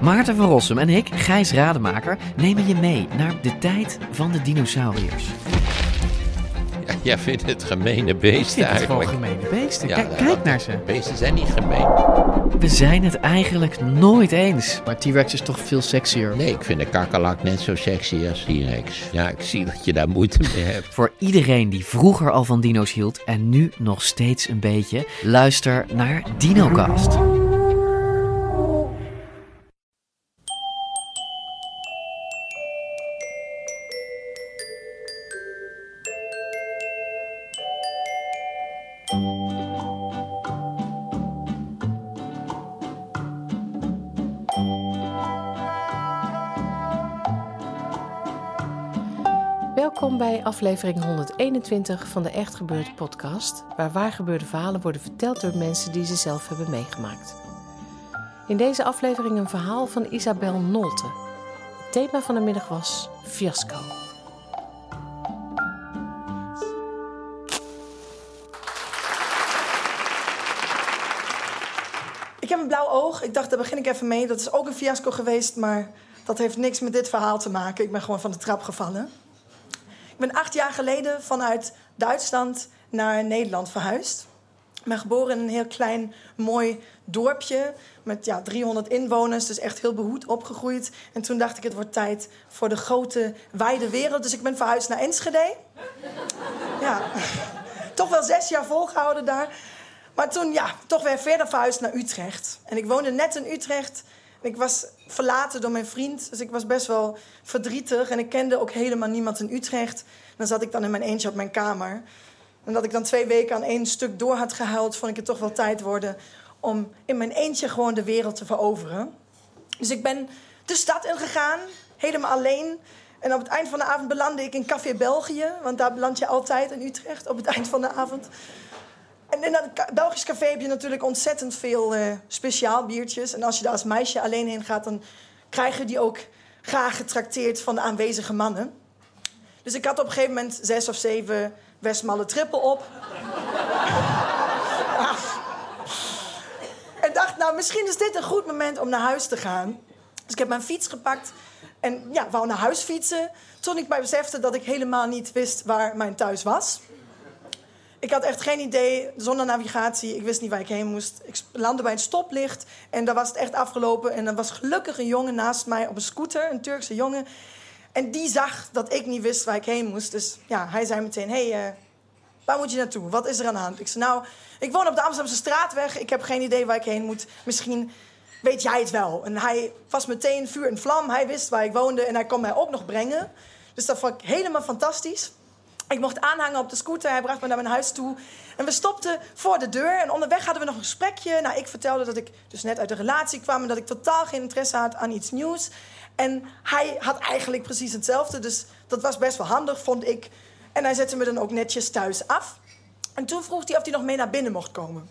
Maarten van Rossum en ik, Gijs Rademaker, nemen je mee naar de tijd van de dinosauriërs. Ja, jij vindt het gemene beesten eigenlijk. Het gewoon gemene beesten. Ja, Kijk naar ze. Beesten zijn niet gemeen. We zijn het eigenlijk nooit eens. Maar T-Rex is toch veel sexier. Nee, ik vind de kakkerlak net zo sexy als T-Rex. Ja, ik zie dat je daar moeite mee hebt. Voor iedereen die vroeger al van dino's hield en nu nog steeds een beetje, luister naar DinoCast. Welkom bij aflevering 121 van de Echt Gebeurd podcast, waar waargebeurde verhalen worden verteld door mensen die ze zelf hebben meegemaakt. In deze aflevering een verhaal van Isabel Nolte. Het thema van de middag was fiasco. Ik heb een blauw oog. Ik dacht, daar begin ik even mee. Dat is ook een fiasco geweest, maar dat heeft niks met dit verhaal te maken. Ik ben gewoon van de trap gevallen. Ik ben 8 jaar geleden vanuit Duitsland naar Nederland verhuisd. Ik ben geboren in een heel klein, mooi dorpje met 300 inwoners. Dus echt heel behoed opgegroeid. En toen dacht ik, het wordt tijd voor de grote, wijde wereld. Dus ik ben verhuisd naar Enschede. Ja, toch wel 6 jaar volgehouden daar. Maar toen, toch weer verder verhuisd naar Utrecht. En ik woonde net in Utrecht. Ik was verlaten door mijn vriend, dus ik was best wel verdrietig. En ik kende ook helemaal niemand in Utrecht. Dan zat ik dan in mijn eentje op mijn kamer. En dat ik dan 2 weken aan 1 stuk door had gehuild, vond ik het toch wel tijd worden om in mijn eentje gewoon de wereld te veroveren. Dus ik ben de stad ingegaan, helemaal alleen. En op het eind van de avond belandde ik in Café België. Want daar beland je altijd in Utrecht, op het eind van de avond. En in dat Belgisch café heb je natuurlijk ontzettend veel speciaal biertjes. En als je daar als meisje alleen heen gaat, dan krijg je die ook graag getrakteerd van de aanwezige mannen. Dus ik had op een gegeven moment 6 of 7 Westmalle trippel op. En dacht, nou, misschien is dit een goed moment om naar huis te gaan. Dus ik heb mijn fiets gepakt en wou naar huis fietsen. Toen ik mij besefte dat ik helemaal niet wist waar mijn thuis was. Ik had echt geen idee, zonder navigatie. Ik wist niet waar ik heen moest. Ik landde bij een stoplicht en daar was het echt afgelopen. En er was gelukkig een jongen naast mij op een scooter, een Turkse jongen. En die zag dat ik niet wist waar ik heen moest. Dus hij zei meteen, hey, waar moet je naartoe? Wat is er aan de hand? Ik zei, nou, ik woon op de Amsterdamse straatweg. Ik heb geen idee waar ik heen moet. Misschien weet jij het wel. En hij was meteen vuur en vlam. Hij wist waar ik woonde en hij kon mij ook nog brengen. Dus dat vond ik helemaal fantastisch. Ik mocht aanhangen op de scooter. Hij bracht me naar mijn huis toe. En we stopten voor de deur. En onderweg hadden we nog een gesprekje. Nou, ik vertelde dat ik dus net uit een relatie kwam en dat ik totaal geen interesse had aan iets nieuws. En hij had eigenlijk precies hetzelfde. Dus dat was best wel handig, vond ik. En hij zette me dan ook netjes thuis af. En toen vroeg hij of hij nog mee naar binnen mocht komen.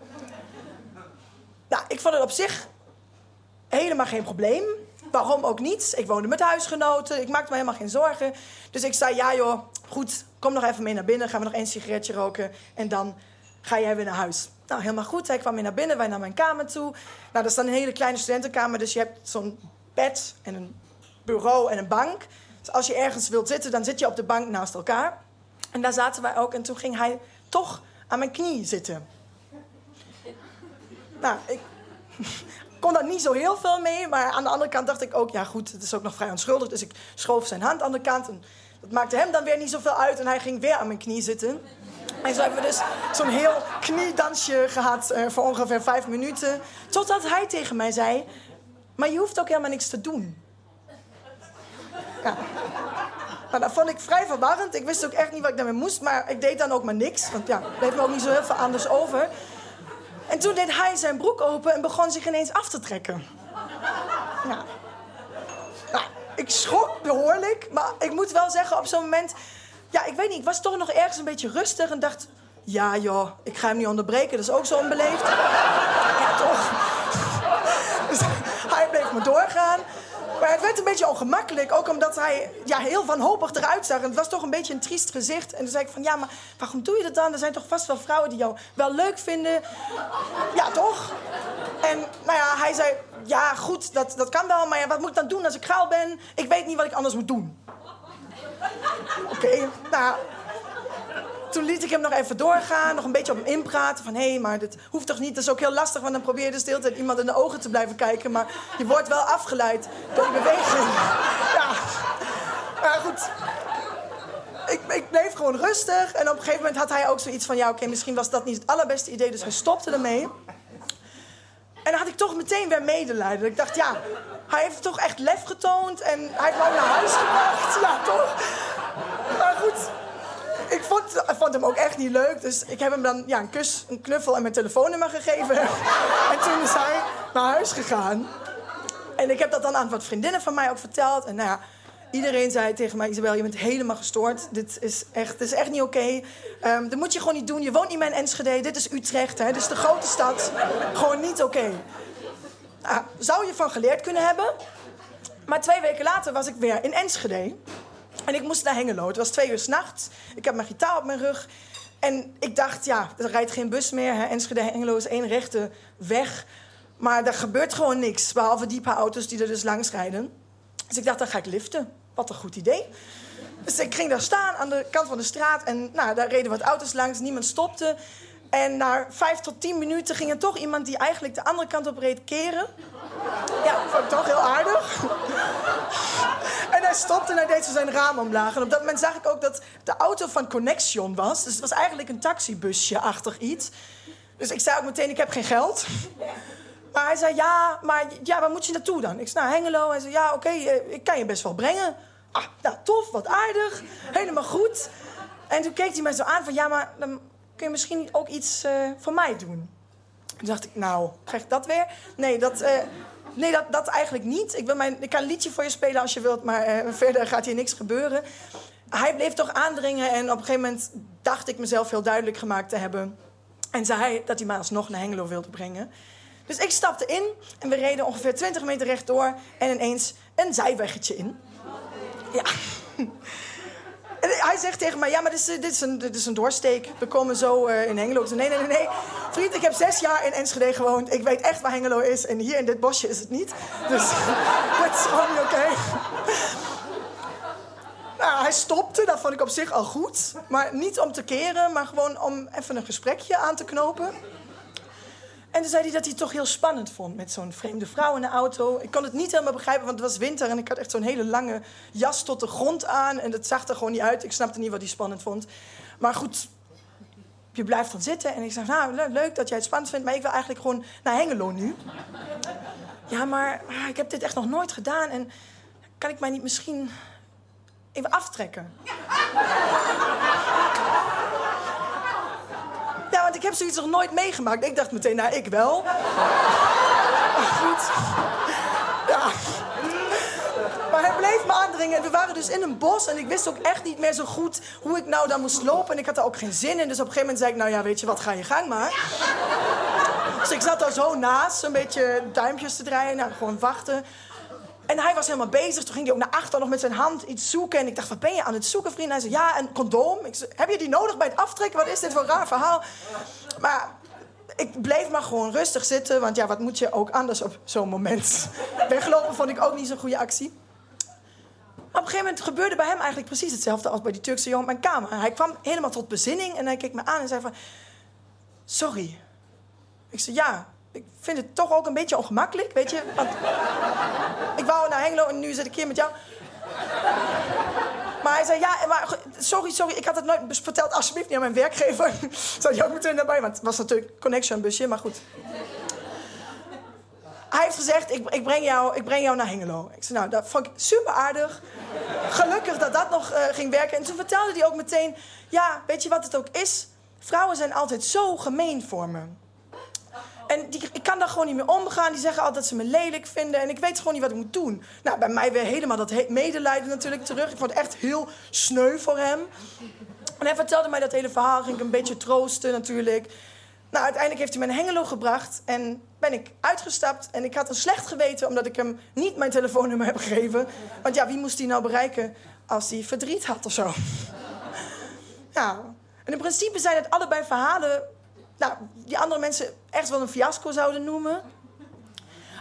Nou, ik vond het op zich helemaal geen probleem. Waarom ook niet? Ik woonde met huisgenoten. Ik maakte me helemaal geen zorgen. Dus ik zei, ja joh, goed, kom nog even mee naar binnen. Gaan we nog 1 sigaretje roken. En dan ga jij weer naar huis. Nou, helemaal goed. Hij kwam mee naar binnen. Wij naar mijn kamer toe. Nou, dat is dan een hele kleine studentenkamer. Dus je hebt zo'n bed en een bureau en een bank. Dus als je ergens wilt zitten, dan zit je op de bank naast elkaar. En daar zaten wij ook. En toen ging hij toch aan mijn knie zitten. Nou, ik kon daar niet zo heel veel mee. Maar aan de andere kant dacht ik ook, ja goed, het is ook nog vrij onschuldig. Dus ik schoof zijn hand aan de kant. En dat maakte hem dan weer niet zoveel uit. En hij ging weer aan mijn knie zitten. En zo hebben we dus zo'n heel kniedansje gehad voor ongeveer 5 minuten. Totdat hij tegen mij zei, maar je hoeft ook helemaal niks te doen. Ja. Nou, dat vond ik vrij verwarrend. Ik wist ook echt niet wat ik daarmee moest. Maar ik deed dan ook maar niks. Want er bleef me ook niet zo heel veel anders over. En toen deed hij zijn broek open en begon zich ineens af te trekken. Nou, ik schrok behoorlijk. Maar ik moet wel zeggen, op zo'n moment... Ja, ik weet niet, ik was toch nog ergens een beetje rustig en dacht... Ja joh, ik ga hem niet onderbreken, dat is ook zo onbeleefd. Ja, toch. Dus hij bleef maar doorgaan. Maar het werd een beetje ongemakkelijk. Ook omdat hij heel wanhopig eruit zag. En het was toch een beetje een triest gezicht. En toen zei ik van, ja, maar waarom doe je dat dan? Er zijn toch vast wel vrouwen die jou wel leuk vinden? Ja, toch? En nou ja, hij zei, ja goed, dat kan wel, maar ja, wat moet ik dan doen als ik gaal ben? Ik weet niet wat ik anders moet doen. Oké, nou... Toen liet ik hem nog even doorgaan, nog een beetje op hem inpraten. Van, hé, maar dit hoeft toch niet? Dat is ook heel lastig, want dan probeer je dus de hele tijd iemand in de ogen te blijven kijken. Maar je wordt wel afgeleid door die beweging. Ja, maar goed. Ik bleef gewoon rustig. En op een gegeven moment had hij ook zoiets van... ja, oké, misschien was dat niet het allerbeste idee, dus hij stopte ermee. En dan had ik toch meteen weer medelijden. Ik dacht, ja, hij heeft toch echt lef getoond. En hij heeft me naar huis gebracht. Ja, toch? Maar goed... Ik vond hem ook echt niet leuk, dus ik heb hem dan een kus, een knuffel en mijn telefoonnummer gegeven. En toen is hij naar huis gegaan. En ik heb dat dan aan wat vriendinnen van mij ook verteld. En nou ja, iedereen zei tegen mij, Isabel, je bent helemaal gestoord. Dit is echt niet oké. Dat moet je gewoon niet doen. Je woont niet meer in Enschede. Dit is Utrecht, hè. Dit is de grote stad. Gewoon niet oké. Nou, zou je van geleerd kunnen hebben. Maar 2 weken later was ik weer in Enschede. En ik moest naar Hengelo. Het was 2 uur 's nachts. Ik heb mijn gitaar op mijn rug. En ik dacht, ja, er rijdt geen bus meer. Hè. Enschede-Hengelo is 1 rechte weg. Maar er gebeurt gewoon niks. Behalve die paar auto's die er dus langs rijden. Dus ik dacht, dan ga ik liften. Wat een goed idee. Dus ik ging daar staan aan de kant van de straat. En nou, daar reden wat auto's langs. Niemand stopte. En na 5 tot 10 minuten ging er toch iemand die eigenlijk de andere kant op reed keren. Ja, vond ik toch heel aardig. En hij stopte en hij deed zo zijn raam omlaag. En op dat moment zag ik ook dat de auto van Connection was. Dus het was eigenlijk een taxibusje-achtig iets. Dus ik zei ook meteen, ik heb geen geld. Maar hij zei, ja, maar waar moet je naartoe dan? Ik zei, nou, Hengelo. Hij zei, ja, oké, ik kan je best wel brengen. Ah, nou, tof, wat aardig. Helemaal goed. En toen keek hij mij zo aan van, ja, maar dan kun je misschien niet ook iets voor mij doen. Toen dacht ik, nou, krijg ik dat weer? Nee, dat eigenlijk niet. Ik kan een liedje voor je spelen als je wilt, maar verder gaat hier niks gebeuren. Hij bleef toch aandringen en op een gegeven moment dacht ik mezelf heel duidelijk gemaakt te hebben. En zei hij dat hij mij alsnog naar Hengelo wilde brengen. Dus ik stapte in en we reden ongeveer 20 meter rechtdoor en ineens een zijweggetje in. Ja. En hij zegt tegen mij, ja, maar dit is een doorsteek. We komen zo in Hengelo. Ik zei, nee. Vriend, ik heb 6 jaar in Enschede gewoond. Ik weet echt waar Hengelo is. En hier in dit bosje is het niet. Dus dat is gewoon niet oké. Nou, hij stopte. Dat vond ik op zich al goed. Maar niet om te keren, maar gewoon om even een gesprekje aan te knopen. En toen zei hij dat hij het toch heel spannend vond met zo'n vreemde vrouw in de auto. Ik kon het niet helemaal begrijpen, want het was winter en ik had echt zo'n hele lange jas tot de grond aan. En dat zag er gewoon niet uit. Ik snapte niet wat hij spannend vond. Maar goed, je blijft dan zitten. En ik zei, nou, leuk dat jij het spannend vindt, maar ik wil eigenlijk gewoon naar Hengelo nu. Ja, maar ik heb dit echt nog nooit gedaan en kan ik mij niet misschien even aftrekken? Ja, want ik heb zoiets nog nooit meegemaakt. Ik dacht meteen, nou, ik wel. Maar goed. Ja. Maar hij bleef me aandringen. En we waren dus in een bos. En ik wist ook echt niet meer zo goed hoe ik nou dan moest lopen. En ik had er ook geen zin in. Dus op een gegeven moment zei ik, nou ja, weet je wat, ga je gang maar. Dus ik zat daar zo naast, een beetje duimpjes te draaien. Nou, gewoon wachten. En hij was helemaal bezig. Toen ging hij ook naar achter nog met zijn hand iets zoeken. En ik dacht, wat ben je aan het zoeken, vriend? En hij zei, ja, een condoom. Ik zei, heb je die nodig bij het aftrekken? Wat is dit voor een raar verhaal? Maar ik bleef maar gewoon rustig zitten. Want ja, wat moet je ook anders op zo'n moment? Weglopen vond ik ook niet zo'n goede actie. Maar op een gegeven moment gebeurde bij hem eigenlijk precies hetzelfde als bij die Turkse jongen op mijn kamer. Hij kwam helemaal tot bezinning en hij keek me aan en zei van, sorry. Ik zei, ja, ik vind het toch ook een beetje ongemakkelijk, weet je. Want ik wou naar Hengelo en nu zit ik hier met jou. Maar hij zei, ja, maar sorry, ik had het nooit verteld, alsjeblieft niet aan mijn werkgever. Zou die ook meteen daarbij, want het was natuurlijk Connection busje, maar goed. Hij heeft gezegd, ik breng jou naar Hengelo. Ik zei, nou, dat vond ik super aardig. Gelukkig dat dat nog ging werken. En toen vertelde hij ook meteen, ja, weet je wat het ook is? Vrouwen zijn altijd zo gemeen voor me. En ik kan daar gewoon niet mee omgaan. Die zeggen altijd dat ze me lelijk vinden. En ik weet gewoon niet wat ik moet doen. Nou, bij mij weer helemaal dat medelijden natuurlijk terug. Ik vond het echt heel sneu voor hem. En hij vertelde mij dat hele verhaal. Ging ik een beetje troosten natuurlijk. Nou, uiteindelijk heeft hij me naar Hengelo gebracht. En ben ik uitgestapt. En ik had een slecht geweten omdat ik hem niet mijn telefoonnummer heb gegeven. Want ja, wie moest hij nou bereiken als hij verdriet had of zo? Ja. En in principe zijn het allebei verhalen, nou, die andere mensen echt wel een fiasco zouden noemen.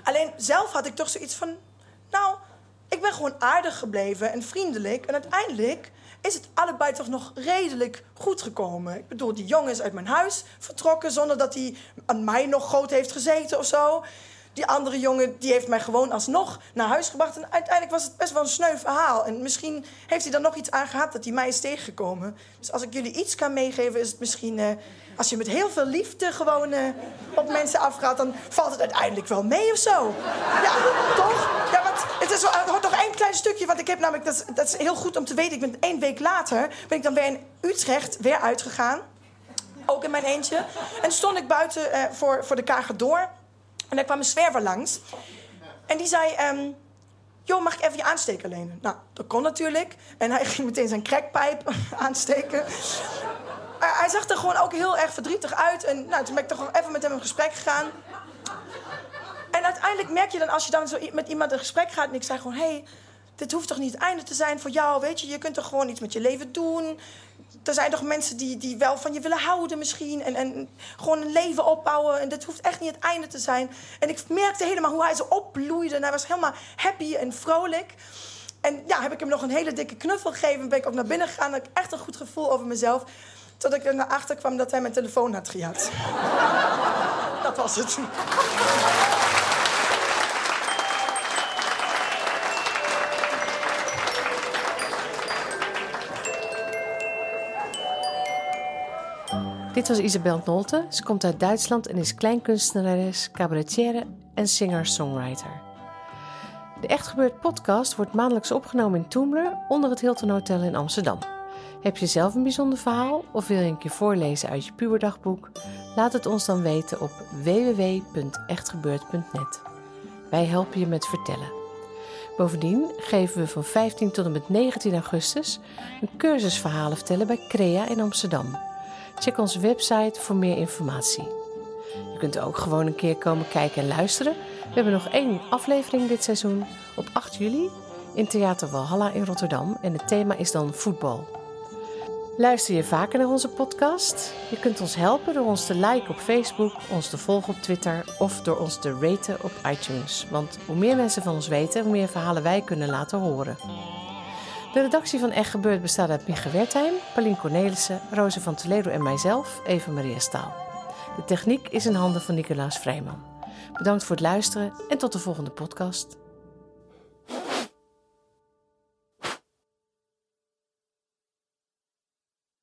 Alleen zelf had ik toch zoiets van... Nou, ik ben gewoon aardig gebleven en vriendelijk. En uiteindelijk is het allebei toch nog redelijk goed gekomen. Ik bedoel, die jongen is uit mijn huis vertrokken... zonder dat hij aan mij nog groot heeft gezeten of zo. Die andere jongen die heeft mij gewoon alsnog naar huis gebracht. En uiteindelijk was het best wel een sneu verhaal. En misschien heeft hij er nog iets aan gehad dat hij mij is tegengekomen. Dus als ik jullie iets kan meegeven, is het misschien... als je met heel veel liefde gewoon op mensen afgaat... dan valt het uiteindelijk wel mee of zo. Ja, toch? Ja, want het is nog één klein stukje. Want ik heb namelijk, dat is heel goed om te weten... ik ben 1 week later ben ik dan weer in Utrecht weer uitgegaan. Ook in mijn eentje. En stond ik buiten voor de Kagerdoor... En daar kwam een zwerver langs. En die zei... joh, mag ik even je aansteker lenen? Nou, dat kon natuurlijk. En hij ging meteen zijn crackpijp aansteken. Hij zag er gewoon ook heel erg verdrietig uit. En nou, toen ben ik toch nog even met hem in gesprek gegaan. En uiteindelijk merk je dan, als je dan zo met iemand in gesprek gaat... en ik zei gewoon, hey, dit hoeft toch niet het einde te zijn voor jou, weet je? Je kunt toch gewoon iets met je leven doen... Er zijn toch mensen die wel van je willen houden misschien... en gewoon een leven opbouwen. En dit hoeft echt niet het einde te zijn. En ik merkte helemaal hoe hij zo opbloeide. En hij was helemaal happy en vrolijk. En ja, heb ik hem nog een hele dikke knuffel gegeven... en ben ik ook naar binnen gegaan. Had ik echt een goed gevoel over mezelf. Tot ik er naar achter kwam dat hij mijn telefoon had gejat. Dat was het. Dit was Isabel Nolte. Ze komt uit Duitsland en is kleinkunstenares, cabaretière en singer-songwriter. De Echt Gebeurd podcast wordt maandelijks opgenomen in Toemler onder het Hilton Hotel in Amsterdam. Heb je zelf een bijzonder verhaal of wil je een keer voorlezen uit je puberdagboek? Laat het ons dan weten op www.echtgebeurd.net. Wij helpen je met vertellen. Bovendien geven we van 15 tot en met 19 augustus een cursus verhalen vertellen bij Crea in Amsterdam. Check onze website voor meer informatie. Je kunt ook gewoon een keer komen kijken en luisteren. We hebben nog 1 aflevering dit seizoen op 8 juli in Theater Walhalla in Rotterdam. En het thema is dan voetbal. Luister je vaker naar onze podcast? Je kunt ons helpen door ons te liken op Facebook, ons te volgen op Twitter of door ons te raten op iTunes. Want hoe meer mensen van ons weten, hoe meer verhalen wij kunnen laten horen. De redactie van Echt Gebeurd bestaat uit Micha Wertheim, Paulien Cornelissen, Roze van Toledo en mijzelf, Eva Maria Staal. De techniek is in handen van Nicolaas Vrijman. Bedankt voor het luisteren en tot de volgende podcast.